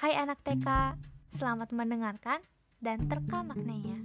Hai anak TK, selamat mendengarkan dan terka maknanya.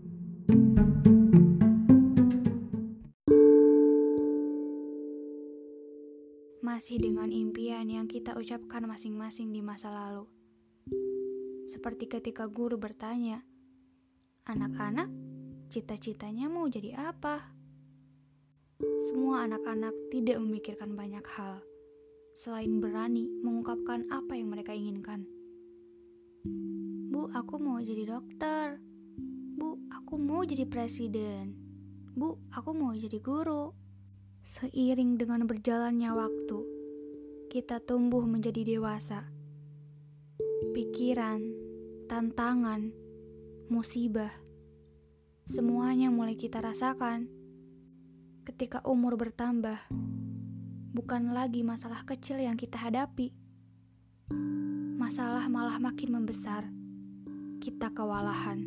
Masih dengan impian yang kita ucapkan masing-masing di masa lalu. Seperti ketika guru bertanya, "Anak-anak, cita-citanya mau jadi apa?" Semua anak-anak tidak memikirkan banyak hal, selain berani mengungkapkan apa yang mereka inginkan. "Bu, aku mau jadi dokter. Bu, aku mau jadi presiden. Bu, aku mau jadi guru." Seiring dengan berjalannya waktu, kita tumbuh menjadi dewasa. Pikiran, tantangan, musibah, semuanya mulai kita rasakan. Ketika umur bertambah, bukan lagi masalah kecil yang kita hadapi. Masalah malah makin membesar. Kita kewalahan.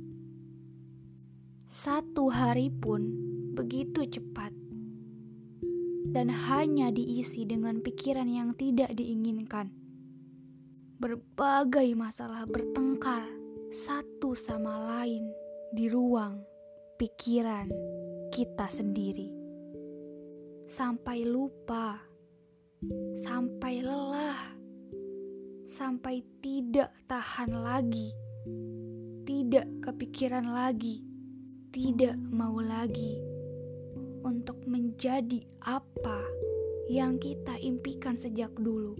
Satu hari pun begitu cepat. Dan hanya diisi dengan pikiran yang tidak diinginkan. Berbagai masalah bertengkar satu sama lain di ruang pikiran kita sendiri. Sampai lupa, sampai lelah, sampai tidak tahan lagi, tidak kepikiran lagi, tidak mau lagi untuk menjadi apa yang kita impikan sejak dulu.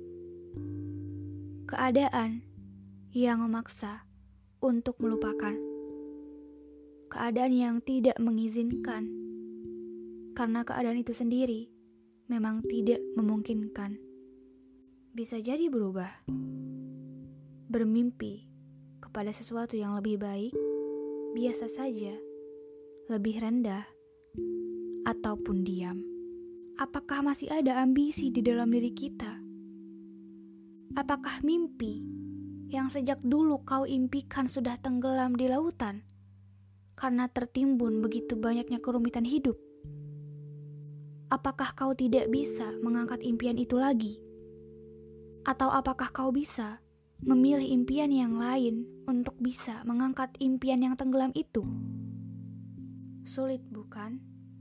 Keadaan yang memaksa untuk melupakan. Keadaan yang tidak mengizinkan. Karena keadaan itu sendiri memang tidak memungkinkan. Bisa jadi berubah. Bermimpi kepada sesuatu yang lebih baik, biasa saja, lebih rendah, ataupun diam. Apakah masih ada ambisi di dalam diri kita? Apakah mimpi yang sejak dulu kau impikan sudah tenggelam di lautan karena tertimbun begitu banyaknya kerumitan hidup? Apakah kau tidak bisa mengangkat impian itu lagi? Atau apakah kau bisa memilih impian yang lain untuk bisa mengangkat impian yang tenggelam itu? Sulit, bukan?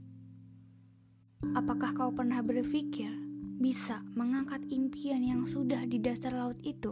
Apakah kau pernah berpikir bisa mengangkat impian yang sudah di dasar laut itu?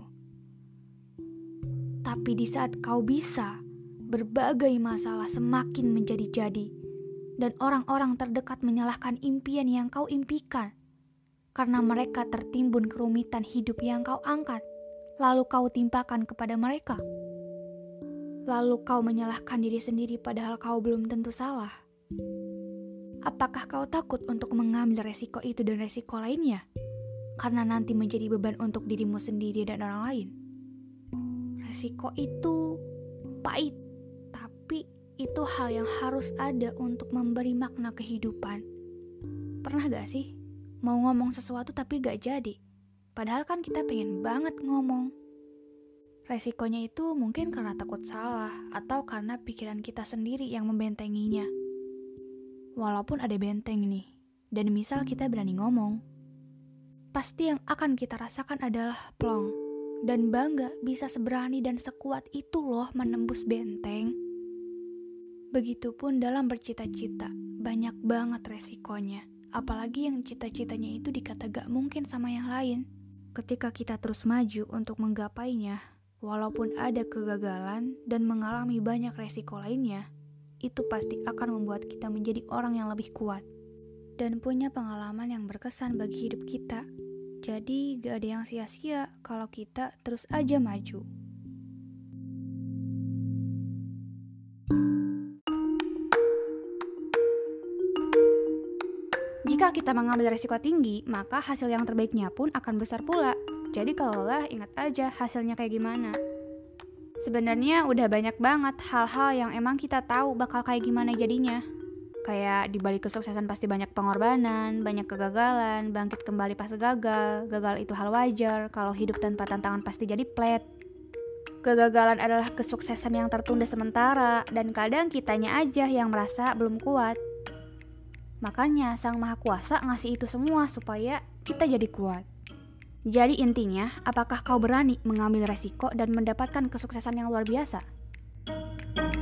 Tapi di saat kau bisa, berbagai masalah semakin menjadi-jadi, dan orang-orang terdekat menyalahkan impian yang kau impikan karena mereka tertimbun kerumitan hidup yang kau angkat, lalu kau timpakan kepada mereka. Lalu kau menyalahkan diri sendiri padahal kau belum tentu salah. Apakah kau takut untuk mengambil resiko itu dan resiko lainnya? Karena nanti menjadi beban untuk dirimu sendiri dan orang lain. Resiko itu pahit, tapi itu hal yang harus ada untuk memberi makna kehidupan. Pernah gak sih mau ngomong sesuatu tapi gak jadi? Padahal kan kita pengen banget ngomong. Resikonya itu mungkin karena takut salah atau karena pikiran kita sendiri yang membentenginya. Walaupun ada benteng nih, dan misal kita berani ngomong, pasti yang akan kita rasakan adalah plong, dan bangga bisa seberani dan sekuat itu loh menembus benteng. Begitupun dalam bercita-cita, banyak banget resikonya, apalagi yang cita-citanya itu dikata gak mungkin sama yang lain. Ketika kita terus maju untuk menggapainya, walaupun ada kegagalan dan mengalami banyak resiko lainnya, itu pasti akan membuat kita menjadi orang yang lebih kuat dan punya pengalaman yang berkesan bagi hidup kita. Jadi gak ada yang sia-sia kalau kita terus aja maju. Jika kita mengambil risiko tinggi, maka hasil yang terbaiknya pun akan besar pula. Jadi kalau lelah, ingat aja hasilnya kayak gimana. Sebenarnya udah banyak banget hal-hal yang emang kita tahu bakal kayak gimana jadinya. Kayak di balik kesuksesan pasti banyak pengorbanan, banyak kegagalan, bangkit kembali pas gagal. Gagal itu hal wajar, kalau hidup tanpa tantangan pasti jadi flat. Kegagalan adalah kesuksesan yang tertunda sementara, dan kadang kitanya aja yang merasa belum kuat. Makanya Sang Maha Kuasa ngasih itu semua supaya kita jadi kuat. Jadi intinya, apakah kau berani mengambil resiko dan mendapatkan kesuksesan yang luar biasa?